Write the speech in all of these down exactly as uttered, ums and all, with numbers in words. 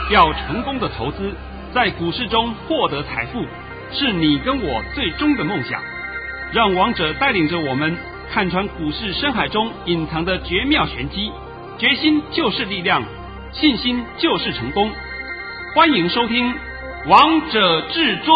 要成功的投资，在股市中获得财富，是你跟我最终的梦想。让王者带领着我们看穿股市深海中隐藏的绝妙玄机，决心就是力量，信心就是成功。欢迎收听《王者至尊》。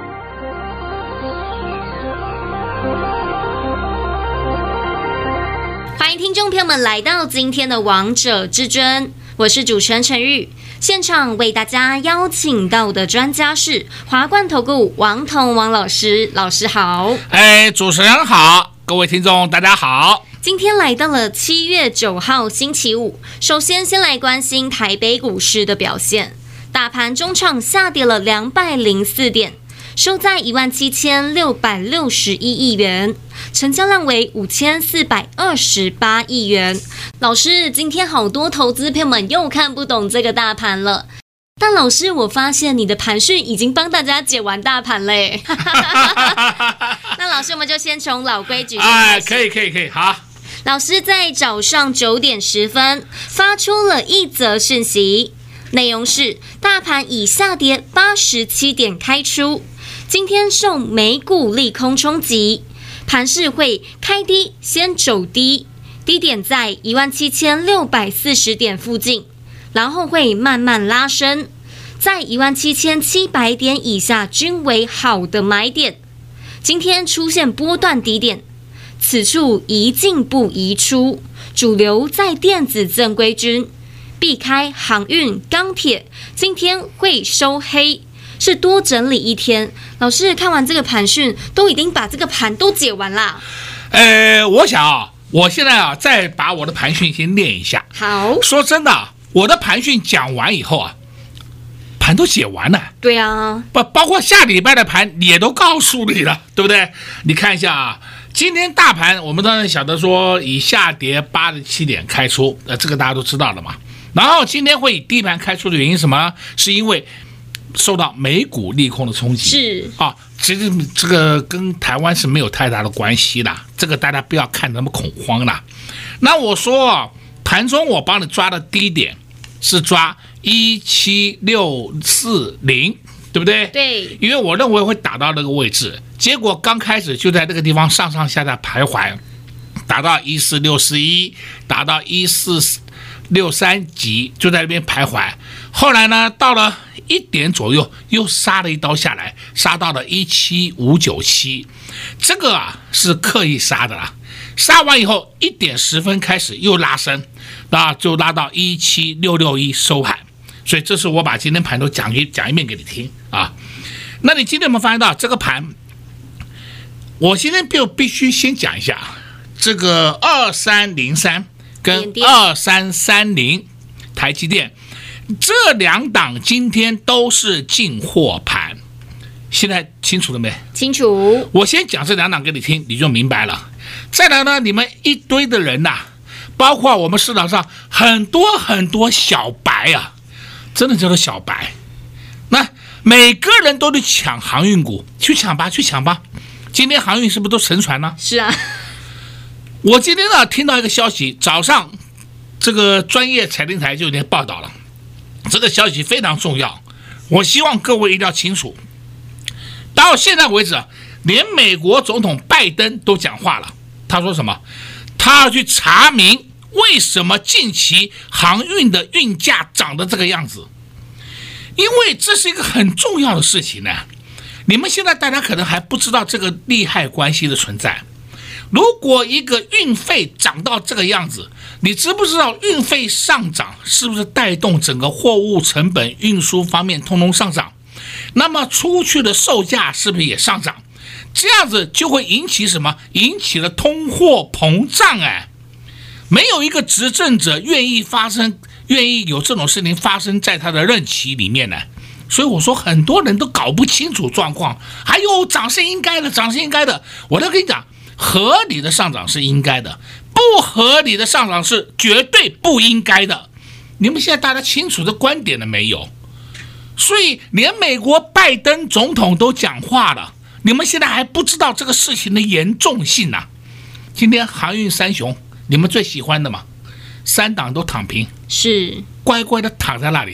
欢迎听众朋友们来到今天的《王者至尊》，我是主持人陈玉。现场为大家邀请到的专家是华冠投顾王彤王老师，老师好。 哎，主持人好，各位听众大家好。 今天来到了七月九号星期五，首先先来关心台北股市的表现，大盘中场下跌了两百零四点，收在一万七千六百六十一亿元，成交量为五千四百二十八亿元。老师，今天好多投资朋友们又看不懂这个大盘了。但老师，我发现你的盘讯已经帮大家解完大盘嘞。那老师，我们就先从老规矩。 哎，可以可以可以，好。 老师在早上九点十分发出了一则讯息，内容是大盘以下跌八十七点开出，今天受美股利空冲击，盘势会开低先走低，低点在一万七千六百四十点附近，然后会慢慢拉升，在一万七千七百点以下均为好的买点。今天出现波段低点，此处宜进不宜出，主流在电子正规军，避开航运、钢铁，今天会收黑，是多整理一天。老师看完这个盘讯，都已经把这个盘都解完啦。 呃，我想啊，我现在啊，再把我的盘讯先念一下。 好， 说真的，我的盘讯讲完以后啊，盘都解完了。 对啊， 包包括下礼拜的盘也都告诉你了，对不对？你看一下啊，今天大盘我们当然晓得说以下跌八十七点开出，呃，这个大家都知道了嘛。然后今天会以低盘开出的原因是什么？是因为受到美股利空的冲击。 是啊，其实这个跟台湾是没有太大的关系的，这个大家不要看那么恐慌啦。那我说盘中我帮你抓的低点是抓一七六四零，对不对？ 对， 因为我认为会打到那个位置，结果刚开始就在这个地方上上下下徘徊，打到一四六四一，打到一四六三级，就在那边徘徊。后来呢，到了一点左右又杀了一刀下来，杀到了一七五九七，这个啊是刻意杀的啦。杀完以后一点十分开始又拉升，那就拉到一七六六一收盘。所以这是我把今天盘都讲一讲一遍给你听啊。那你今天有没有发现到这个盘？我今天就必须先讲一下这个二三零三跟二三三零台积电这两档今天都是进货盘，现在清楚了没？ 清楚。 我先讲这两档给你听，你就明白了。再来呢，你们一堆的人呐、啊，包括我们市场上很多很多小白啊，真的叫做小白。那每个人都得抢航运股，去抢吧，去抢吧。今天航运是不是都沉船呢？ 是啊。 我今天呢听到一个消息，早上这个专业财经台就已经报道了，这个消息非常重要，我希望各位一定要清楚。到现在为止，连美国总统拜登都讲话了，他说什么？他要去查明为什么近期航运的运价涨得这个样子，因为这是一个很重要的事情呢。你们现在大家可能还不知道这个利害关系的存在。如果一个运费涨到这个样子，你知不知道运费上涨是不是带动整个货物成本运输方面通通上涨？那么出去的售价是不是也上涨？这样子就会引起什么？引起了通货膨胀。哎，没有一个执政者愿意发生，愿意有这种事情发生在他的任期里面呢。所以我说很多人都搞不清楚状况，还有涨是应该的，涨是应该的。我都跟你讲，合理的上涨是应该的，不合理的上涨是绝对不应该的。你们现在大家清楚的观点了没有？所以连美国拜登总统都讲话了，你们现在还不知道这个事情的严重性啊。今天航运三雄，你们最喜欢的嘛，三档都躺平， 是乖乖的躺在那里。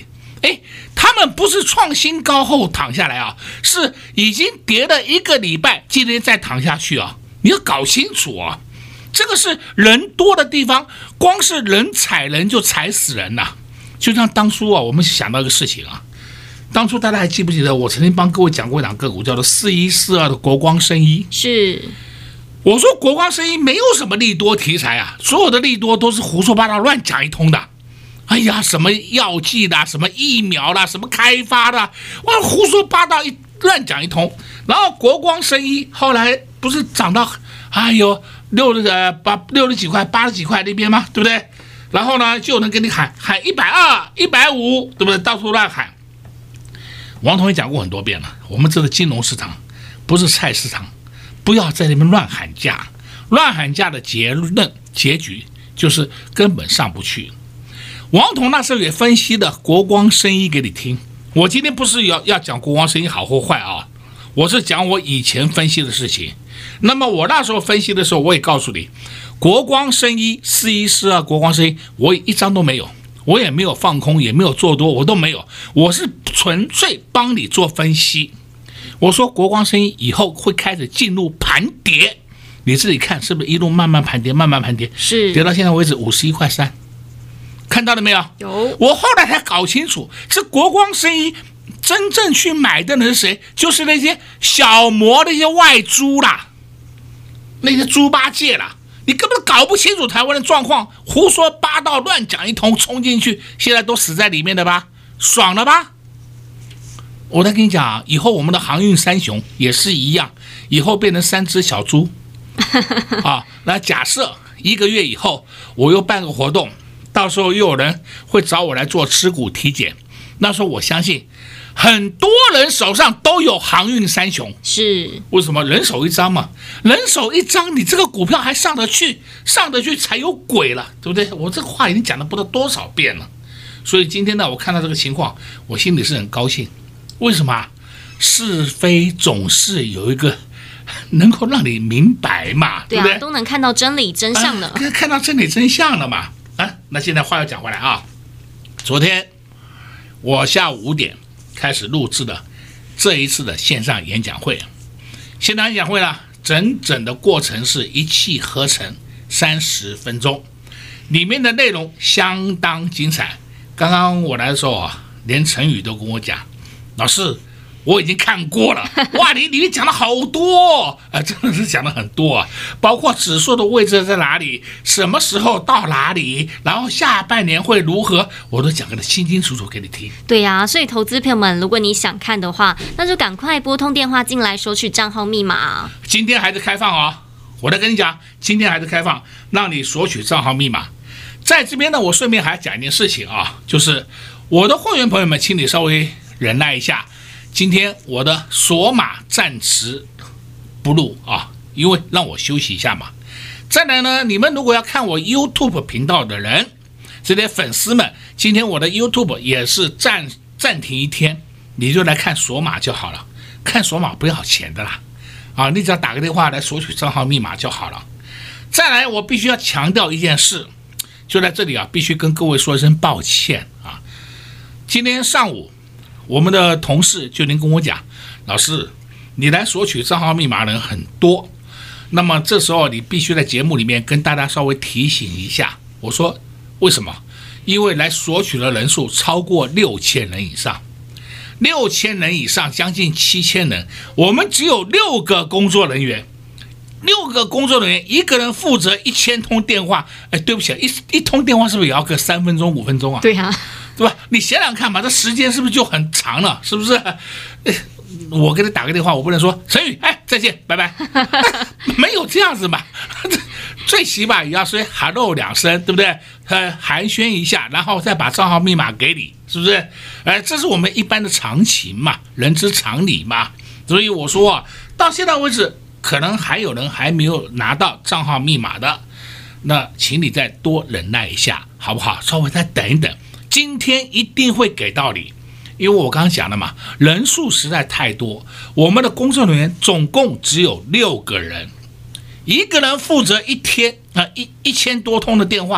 哎，他们不是创新高后躺下来啊，是已经跌了一个礼拜，今天再躺下去啊，你要搞清楚啊，这个是人多的地方，光是人踩人就踩死人了。就像当初啊，我们想到一个事情啊，当初大家还记不记得我曾经帮各位讲过一档个股，叫做四一四二的国光生医。 是， 我说国光生医没有什么利多题材啊，所有的利多都是胡说八道乱讲一通的。哎呀，什么药剂的，什么疫苗啦，什么开发的，哇，胡说八道一乱讲一通。然后国光生医后来不是涨到哎呦六呃八六十几块八十几块那边吗？对不对？然后呢，就有人跟你喊喊一百二、一百五，对不对？到处乱喊。王彤也讲过很多遍了，我们这个金融市场不是菜市场，不要在那边乱喊价，乱喊价的结论结局就是根本上不去。王彤那时候也分析的国光生医给你听，我今天不是要要讲国光生医好或坏啊，我是讲我以前分析的事情。那么我那时候分析的时候，我也告诉你，国光生医四一四二国光生医，我一张都没有，我也没有放空，也没有做多，我都没有，我是纯粹帮你做分析。我说国光生医以后会开始进入盘跌，你自己看是不是一路慢慢盘跌，慢慢盘跌， 是跌到现在为止五十一块三，看到了没有？ 有。 我后来才搞清楚，这国光生医真正去买的人是谁？就是那些小摩那些外租啦，那些猪八戒啦，你根本搞不清楚台湾的状况，胡说八道乱讲一通，冲进去，现在都死在里面的吧？爽了吧？我再跟你讲，以后我们的航运三雄也是一样，以后变成三只小猪啊。那假设一个月以后我又办个活动，到时候又有人会找我来做持股体检，那时候我相信很多人手上都有航运三雄。 是为什么？人手一张嘛，人手一张，你这个股票还上得去，上得去才有鬼了，对不对？我这个话已经讲了不知道多少遍了。所以今天呢，我看到这个情况，我心里是很高兴。为什么？是非总是有一个能够让你明白嘛， 对啊， 对不对？ 都能看到真理真相了、 啊、看到真理真相了嘛。啊，那现在话要讲回来啊，昨天我下午五点开始录制的这一次的线上演讲会，线上演讲会呢，整整的过程是一气呵成三十分钟，里面的内容相当精彩。刚刚我来的时候啊，连陈宇都跟我讲，老师我已经看过了，哇，你里面讲了好多啊，真的是讲了很多啊，包括指数的位置在哪里，什么时候到哪里，然后下半年会如何，我都讲得清清楚楚给你听。 对呀、啊，所以投资朋友们，如果你想看的话，那就赶快拨通电话进来索取账号密码。 今天还是开放哦，我再跟你讲，今天还是开放，让你索取账号密码。在这边呢，我顺便还讲一件事情啊，就是我的会员朋友们，请你稍微忍耐一下。今天我的锁码暂时不录啊，因为让我休息一下嘛。再来呢，你们如果要看我 YouTube 频道的人，这些粉丝们，今天我的 YouTube 也是暂暂停一天，你就来看锁码就好了。看锁码不要钱的啦，啊，你只要打个电话来索取账号密码就好了。再来，我必须要强调一件事，就在这里啊，必须跟各位说一声抱歉啊。今天上午，我们的同事就能跟我讲，老师，你来索取账号密码的人很多，那么这时候你必须在节目里面跟大家稍微提醒一下。我说为什么？因为来索取的人数超过六千人以上，六千人以上，将近七千人，我们只有六个工作人员，六个工作人员，一个人负责一千通电话。哎，对不起，一一通电话是不是也要个三分钟、五分钟啊？ 对啊。 对吧？你想想看嘛，这时间是不是就很长了？是不是？我给你打个电话，我不能说陈宇，哎，再见，拜拜，没有这样子嘛。最起码也要说 hello 两声，对不对？呃，寒暄一下，然后再把账号密码给你，是不是？哎，这是我们一般的常情嘛，人之常理嘛。所以我说啊，到现在为止，可能还有人还没有拿到账号密码的，那请你再多忍耐一下，好不好？稍微再等一等。今天一定会给到你，因为我刚刚讲了嘛，人数实在太多，我们的工作人员总共只有六个人，一个人负责一天啊、呃、一一千多通的电话，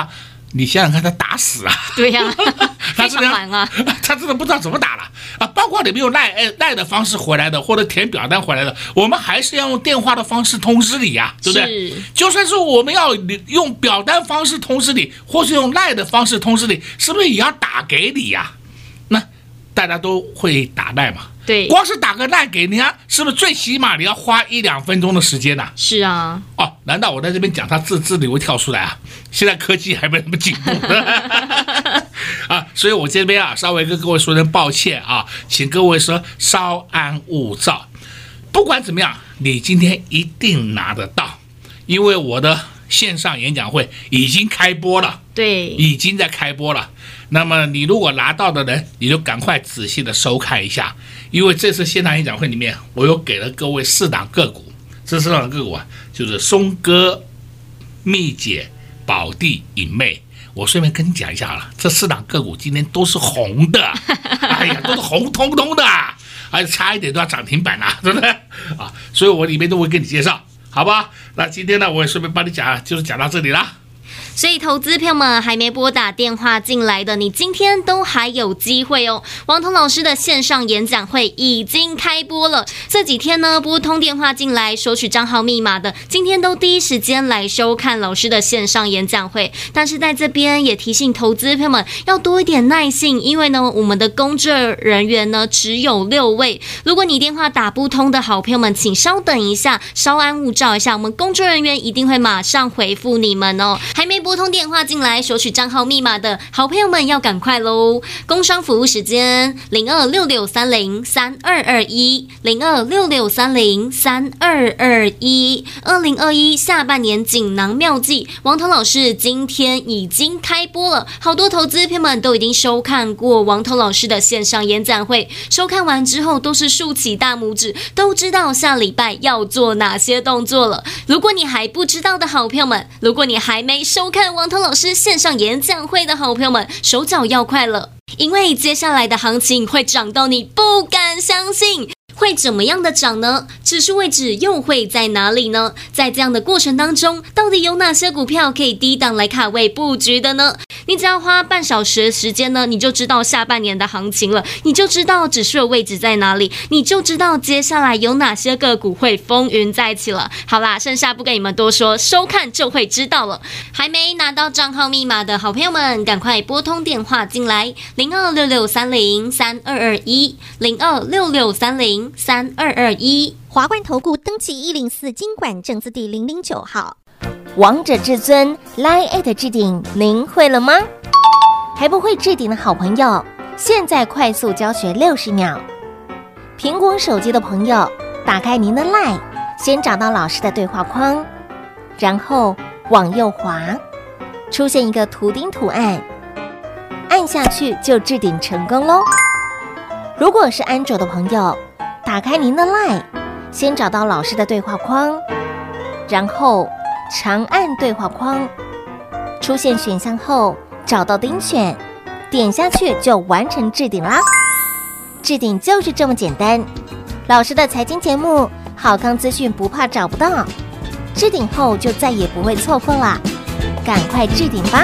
你想想看，他打死啊！ 对呀、啊， 他非常忙啊， 他真的不知道怎么打了啊！包括你们用赖赖的方式回来的，或者填表单回来的，我们还是要用电话的方式通知你呀、啊，对不对？就算是我们要用表单方式通知你，或是用赖的方式通知你，是不是也要打给你呀、啊？那大家都会打赖嘛？ 对， 光是打个赖给你啊，是不是最起码你要花一两分钟的时间呐、啊？ 是啊。 哦，难道我在这边讲他字字你会跳出来啊？现在科技还没那么进步啊，所以我这边啊稍微跟各位说声抱歉啊，请各位说稍安勿躁。不管怎么样，你今天一定拿得到，因为我的线上演讲会已经开播了， 对， 已经在开播了。那么你如果拿到的人，你就赶快仔细的收看一下，因为这次线上演讲会里面，我有给了各位四档个股，这四档个股啊，就是松哥、蜜姐、宝地、颖妹。我顺便跟你讲一下了，这四档个股今天都是红的，哎呀，都是红彤彤的，而且差一点都要涨停板了，对不对啊？所以我里面都会跟你介绍，好吧？那今天呢，我也顺便帮你讲，就是讲到这里了。 所以投资朋友们还没拨打电话进来的，你今天都还有机会哦。王彤老师的线上演讲会已经开播了，这几天呢拨通电话进来索取账号密码的，今天都第一时间来收看老师的线上演讲会。但是在这边也提醒投资朋友们要多一点耐性，因为呢我们的工作人员呢只有六位，如果你电话打不通的好朋友们，请稍等一下，稍安勿躁一下，我们工作人员一定会马上回复你们哦。还没拨通电话进来索取账号密码的好朋友们要赶快喽！工商服务时间零二六六三零三二二一零二六六三零三二二一。二零二一下半年锦囊妙计，王彤老师今天已经开播了，好多投资朋友们都已经收看过王彤老师的线上演讲会，收看完之后都是竖起大拇指，都知道下礼拜要做哪些动作了。如果你还不知道的好朋友们，如果你还没收看王彤老师线上演讲会的好朋友们，手脚要快了，因为接下来的行情会涨到你不敢相信。会怎么样的涨呢？指数位置又会在哪里呢？在这样的过程当中，到底有哪些股票可以低档来卡位布局的呢？你只要花半小时的时间呢，你就知道下半年的行情了，你就知道指数的位置在哪里，你就知道接下来有哪些个股会风云再起了。好啦，剩下不跟你们多说，收看就会知道了。还没拿到账号密码的好朋友们，赶快拨通电话进来，零二六六三零三二二一零二六六三零三二二一。 华冠投顾登记一零四金管证字第零零九号。王者至尊 Line@ 置顶，您会了吗？还不会置顶的好朋友，现在快速教学六十秒。苹果手机的朋友，打开您的 Line， 先找到老师的对话框，然后往右滑，出现一个图钉图案，按下去就置顶成功咯。如果是安卓的朋友，打开您的 Line， 先找到老师的对话框，然后长按对话框，出现选项后找到钉选，点下去就完成置顶啦。置顶就是这么简单。老师的财经节目好康资讯不怕找不到，置顶后就再也不会错过啦，赶快置顶吧。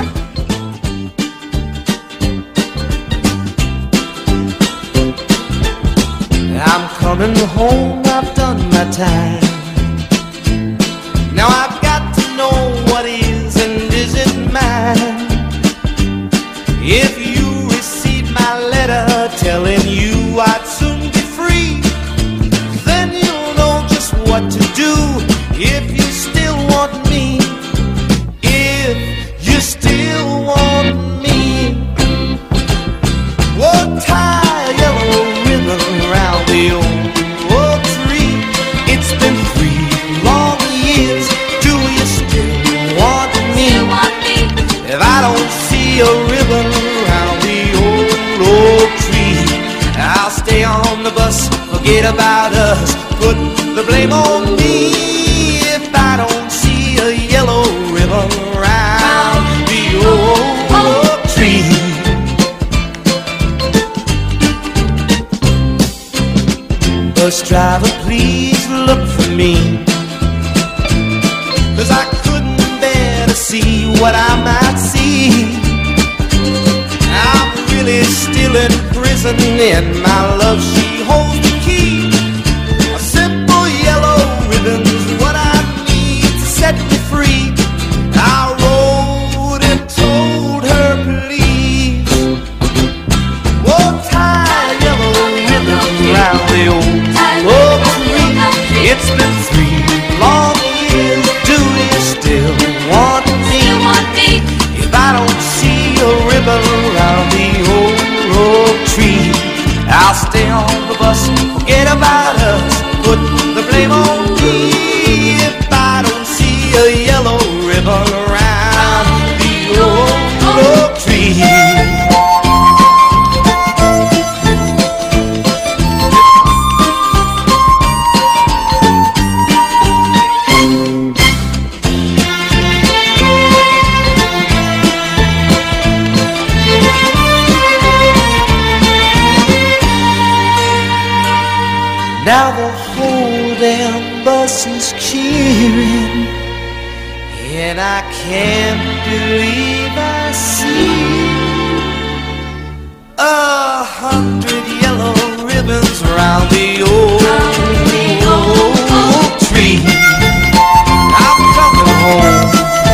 I'm coming home, I've done my time. Now I've got to know what is and isn't mine. If you receive my letter telling you I'd soon be free, then you'll know just what to do if you still want me. If you still want me, oh, tie a yellow ribbon around the old oak tree. It's been three long years. Do you still want me? If I don't see a ribbon around the old oak tree, I'll stay on the bus, forget about us, put the blame on me. If I don't see a yellow ribbon around the old oak tree. Bus driver, please look for me, 'cause I couldn't bear to see what I might see. in prison, and my love, she holds the key. A simple yellow ribbon's what I need to set me free. I wrote and told her, please, oh, tie a yellow ribbon round the old oak tree. It's been three long years, do you still want me? If I don't see a ribbon around the old oak tree, I'll stay on the bus, forget about us, put the blame on me. If I don't see a yellow ribbon around the old oak tree. Now the whole damn bus is cheering, and I can't believe I see a hundred yellow ribbons around the old, old tree. I'm coming home.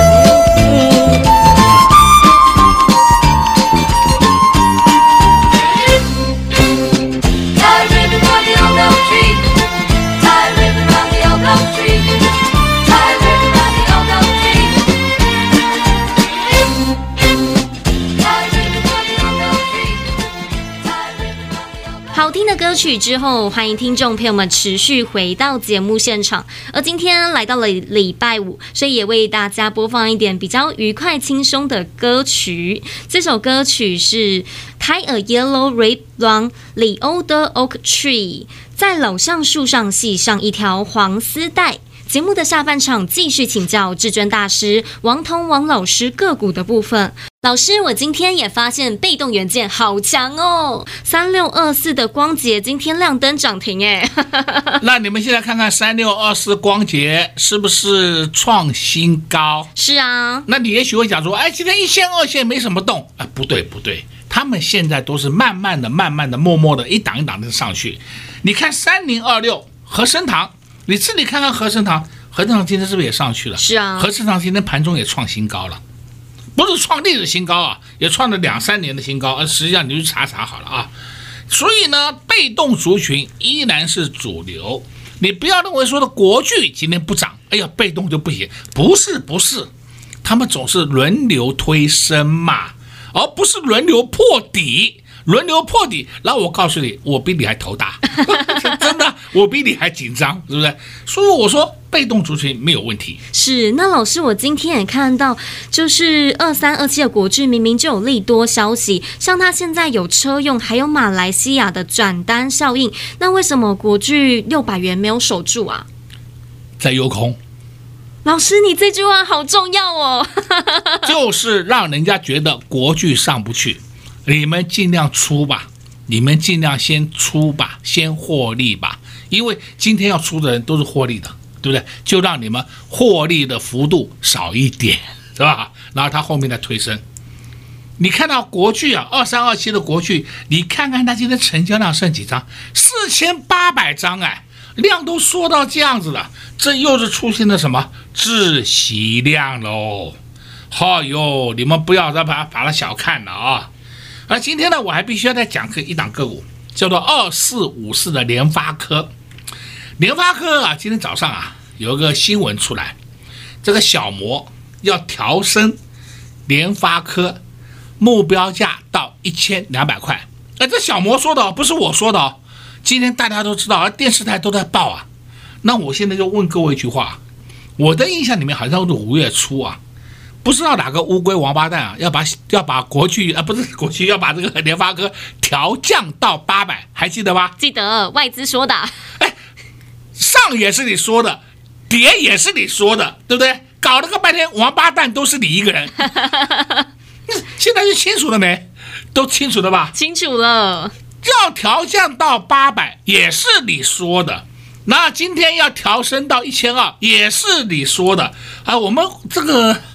好听的歌曲之后，欢迎听众朋友们持续回到节目现场。而今天来到了礼拜五，所以也为大家播放一点比较愉快轻松的歌曲。这首歌曲是 Tie a Yellow Ribbon the Old Oak Tree， 在老橡树上系上一条黄丝带。节目的下半场继续请教至尊大师王彤王老师个股的部分。老师，我今天也发现被动元件好强哦，三六二四的光捷今天亮灯涨停哎。 那你们现在看看三六二四光捷是不是创新高？ 是啊。 那你也许会讲说，哎，今天一线二线没什么动，哎，不对不对，他们现在都是慢慢的、慢慢的、默默的一档一档的上去。你看三零二六和生堂，你自己看看和生堂，和生堂今天是不是也上去了？ 是啊。 和生堂今天盘中也创新高了。不是创历史新高啊，也创了两三年的新高，而实际上你就去查查好了啊。所以呢，被动族群依然是主流。你不要认为说的国巨今天不涨，哎呀，被动就不行，不是不是，他们总是轮流推升嘛，而不是轮流破底。轮流破底，然后我告诉你，我比你还头大，真的，我比你还紧张，是不是？所以我说被动族群没有问题。 是，那老师，我今天也看到，就是二三二七的国巨明明就有利多消息，像它现在有车用，还有马来西亚的转单效应，那为什么国巨六百元没有守住啊？ 在优空。 老师，你这句话好重要哦， 就是让人家觉得国巨上不去。你们尽量出吧，你们尽量先出吧，先获利吧，因为今天要出的人都是获利的，对不对？就让你们获利的幅度少一点，是吧？然后它后面再推升。你看到国巨啊，二三二七的国巨，你看看它今天成交量剩几张？四千八百张哎，量都缩到这样子了，这又是出现了什么窒息量喽？哦哟，你们不要再把把它小看了啊！而今天呢，我还必须要再讲个一档个股，叫做二四五四的联发科。联发科啊，今天早上啊有一个新闻出来，这个小摩要调升联发科目标价到一千两百块。哎，这小摩说的，不是我说的哦。今天大家都知道，电视台都在报啊。那我现在就问各位一句话，我的印象里面好像是五月初啊。不知道哪个乌龟王八蛋啊，要把要把国巨啊，不是国巨，要把这个联发科调降到八百，还记得吧？ 记得，外资说的。 哎，上也是你说的，跌也是你说的，对不对？搞了个半天，王八蛋都是你一个人。现在是清楚了没？都清楚了吧？ 清楚了。 要调降到八百也是你说的。那今天要调升到一千二，也是你说的啊。我们这个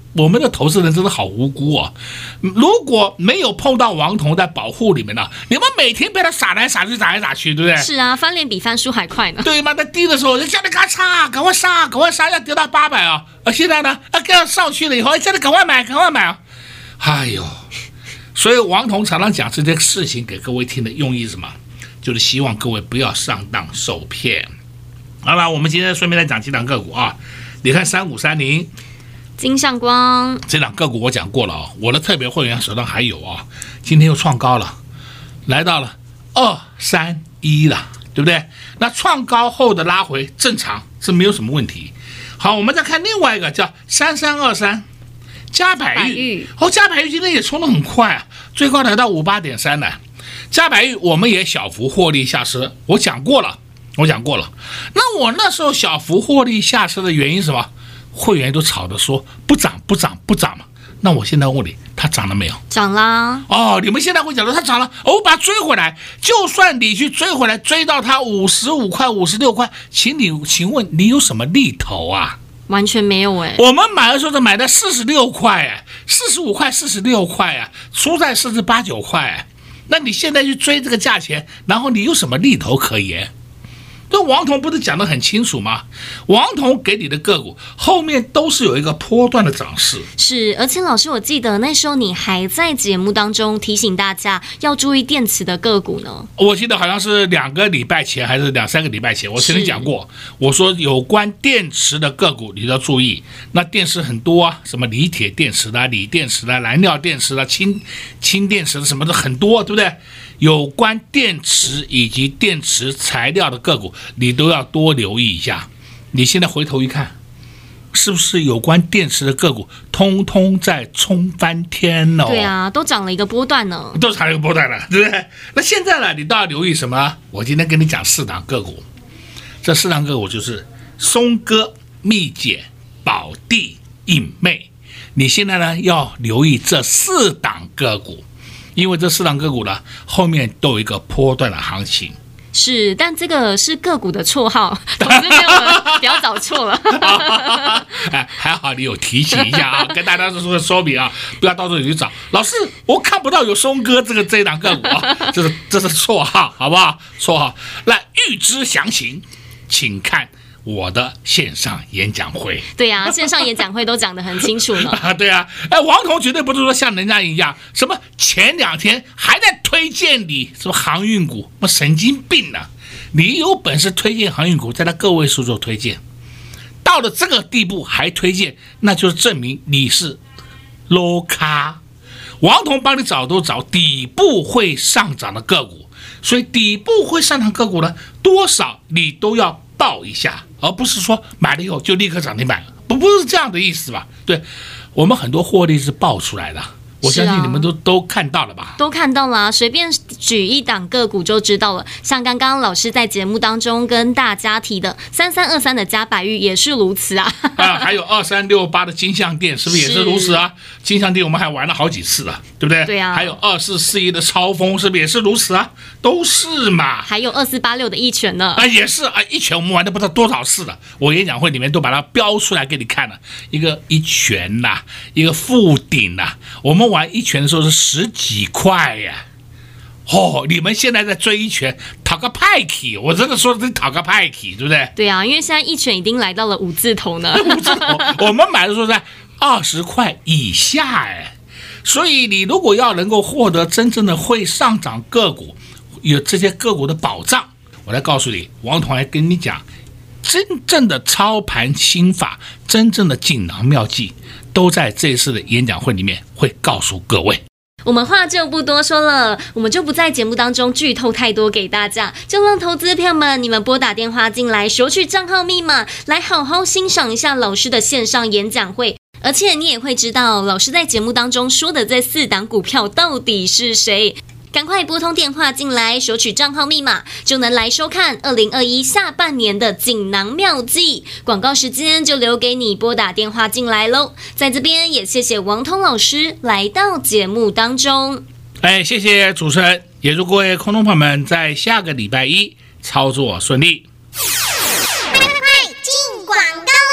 我们的投资人真的好无辜哦！如果没有碰到王彤在保护你们呢，你们每天被他撒来撒去，撒来撒去，对不对？ 是啊，翻脸比翻书还快呢。 对吗？在低的时候就叫你赶快杀，赶快杀，赶快杀，要跌到八百啊！而现在呢，啊，刚上去了以后，叫你赶快买，赶快买啊！哎呦，所以王彤常常讲这件事情给各位听的用意是什么？就是希望各位不要上当受骗。好了，我们今天顺便来讲几档个股啊。你看三五三零。 金相光这档个股我讲过了啊，我的特别会员手上还有啊，今天又创高了，来到了二三一了，对不对？那创高后的拉回正常是没有什么问题。好，我们再看另外一个叫三三二三嘉百玉，哦，嘉百玉今天也冲得很快啊，最高来到五八点三了。嘉百玉我们也小幅获利下车，我讲过了，我讲过了。那我那时候小幅获利下车的原因是什么？会员都吵着说不涨不涨不涨嘛，那我现在问你，它涨了没有？ 涨啦！ 哦，你们现在会讲说它涨了，哦，我把它追回来。就算你去追回来，追到它五十五块、五十六块，请你请问你有什么利头啊？ 完全没有哎。 我们买的时候是买的四十六块哎，四十五块、四十六块啊，出在四十八九块哎。那你现在去追这个价钱，然后你有什么利头可言？这王彤不是讲得很清楚吗？王彤给你的个股后面都是有一个波段的涨势。 是，而且老师，我记得那时候你还在节目当中提醒大家要注意电池的个股呢。 我记得好像是两个礼拜前还是两三个礼拜前，我曾经讲过，我说有关电池的个股你都要注意。那电池很多啊，什么锂铁电池的、锂电池的、燃料电池的、氢氢电池的什么的很多，对不对？有关电池以及电池材料的个股，你都要多留意一下。你现在回头一看，是不是有关电池的个股通通在冲翻天哦？ 对啊，都涨了一个波段呢， 都涨了一个波段了，对不对？那现在呢，你都要留意什么？我今天跟你讲四档个股，这四档个股就是松哥、蜜姐、宝地、影妹。你现在呢要留意这四档个股。因为这四档个股呢，后面都有一个波段的行情。 是，但这个是个股的绰号，投资朋友们不要找错了。 哎，还好你有提醒一下啊，跟大家说说明啊，不要到时候你去找老师，我看不到有松哥这个这一档个股啊，这是这是绰号，好不好？绰号。来预知详情，请看我的线上演讲会。 对啊，线上演讲会都讲得很清楚呢。 啊，对啊，哎，王彤绝对不是说像人家一样，什么前两天还在推荐你什么航运股，我神经病啊！你有本事推荐航运股，在他个位数做推荐，到了这个地步还推荐，那就是证明你是 low 咖。王彤帮你找都找底部会上涨的个股，所以底部会上涨个股呢，多少你都要报一下，而不是说买了以后就立刻涨停板，不不是这样的意思吧？对，我们很多获利是报出来的，我相信你们都、啊、都看到了吧？ 都看到了、啊，随便举一档个股就知道了。像刚刚老师在节目当中跟大家提的三三二三的嘉百玉也是如此啊。 啊，还有二三六八的金像电是不是也是如此啊？金像电我们还玩了好几次了，对不对？ 对啊。 还有二四四一的超风是不是也是如此啊？都是嘛。 还有二四八六的一拳呢。 啊，也是啊，一拳我们玩的不知道多少次了。我演讲会里面都把它标出来给你看了，一个一拳呐、啊，一个负顶呐、啊。我们玩一拳的时候是十几块呀。哦，你们现在在追一拳，讨个派气，我真的说的是讨个派气，对不对？ 对啊，因为现在一拳已经来到了五字头呢。 五字头，我们买的时候在二十块以下哎，所以你如果要能够获得真正的会上涨个股，有这些个股的保障，我来告诉你，王彤来跟你讲，真正的操盘心法，真正的锦囊妙计，都在这次的演讲会里面会告诉各位。 我们话就不多说了，我们就不在节目当中剧透太多给大家，就让投资朋友们你们拨打电话进来，索取账号密码，来好好欣赏一下老师的线上演讲会。而且你也会知道老师在节目当中说的这四档股票到底是谁。赶快拨通电话进来，索取账号密码，就能来收看二零二一下半年的锦囊妙计。广告时间就留给你拨打电话进来咯。在这边也谢谢王通老师来到节目当中。 哎，谢谢主持人，也祝各位空中朋友们在下个礼拜一操作顺利。 快进广告喽！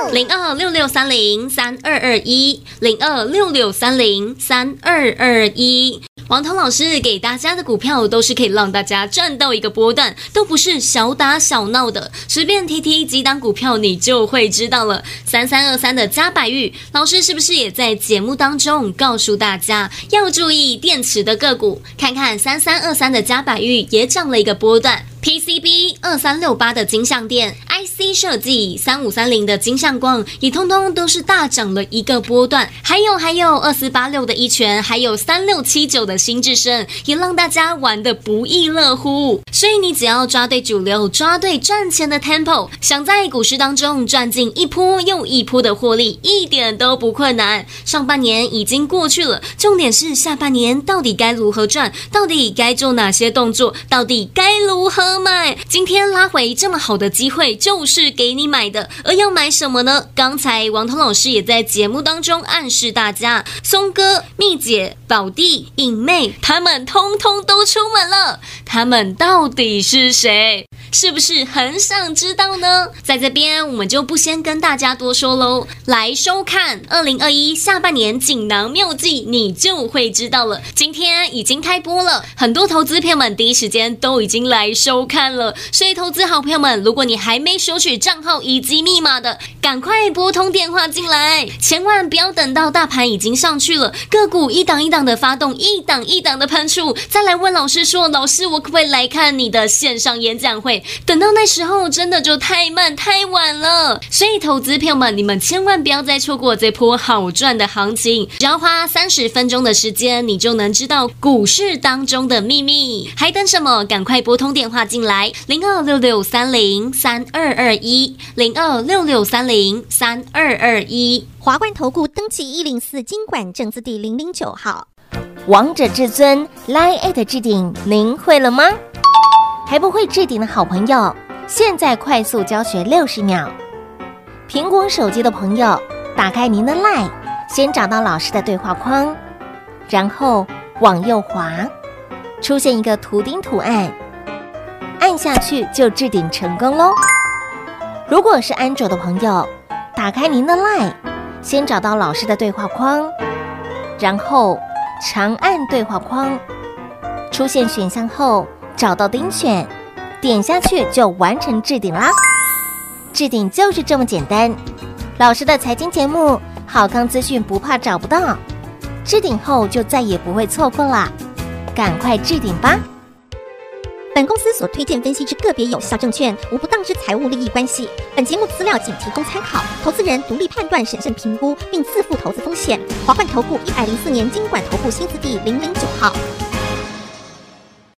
零二六六三零三二二一，零二六六三零三二二一。王彤老师给大家的股票都是可以让大家赚到一个波段，都不是小打小闹的，随便提提几档股票你就会知道了。三三二三的嘉百玉，老师是不是也在节目当中告诉大家要注意电池的个股？看看三三二三的嘉百玉也涨了一个波段。P C B 二三六八的金像电 I C 设计三五三零的金像光也通通都是大涨了一个波段，还有还有二四八六的一拳，还有三六七九的新智深也让大家玩得不亦乐乎。所以你只要抓对主流，抓对赚钱的 tempo， 想在股市当中赚进一波又一波的获利，一点都不困难。上半年已经过去了，重点是下半年到底该如何赚，到底该做哪些动作，到底该如何买？今天拉回这么好的机会，就是给你买的。而要买什么呢？刚才王彤老师也在节目当中暗示大家，松哥、蜜姐、宝弟、颖妹，他们通通都出门了。他们到底是谁？是不是很想知道呢？在这边我们就不先跟大家多说喽，来收看二零二一下半年锦囊妙计，你就会知道了。今天已经开播了，很多投资朋友们第一时间都已经来收看了，所以投资好朋友们，如果你还没索取账号以及密码的，赶快拨通电话进来，千万不要等到大盘已经上去了，个股一档一档的发动，一档一档的喷出，再来问老师说，老师我可不可以来看你的线上演讲会？等到那时候真的就太慢太晚了。所以投资朋友们，你们千万不要再错过这波好赚的行情，只要花三十分钟的时间，你就能知道股市当中的秘密。还等什么？赶快拨通电话进来，零二六六三零三二二一，零二六六三零三二二一。 华冠投顾登记一零四金管证字第零零九号。 王者至尊 Line at 置顶，您会了吗？还不会置顶的好朋友，现在快速教学六十秒。苹果手机的朋友，打开您的 Line， 先找到老师的对话框，然后往右滑，出现一个图钉图案，按下去就置顶成功咯。如果是安卓的朋友，打开您的 Line， 先找到老师的对话框，然后长按对话框，出现选项后找到钉选，点下去就完成置顶啦。置顶就是这么简单。老师的财经节目，好康资讯不怕找不到，置顶后就再也不会错过啦，赶快置顶吧。 本公司所推荐分析之个别有效证券，无不当之财务利益关系。本节目资料仅提供参考，投资人独立判断、审慎评估，并自负投资风险。华冠投顾一百零四年金管投顾新字第零零九号。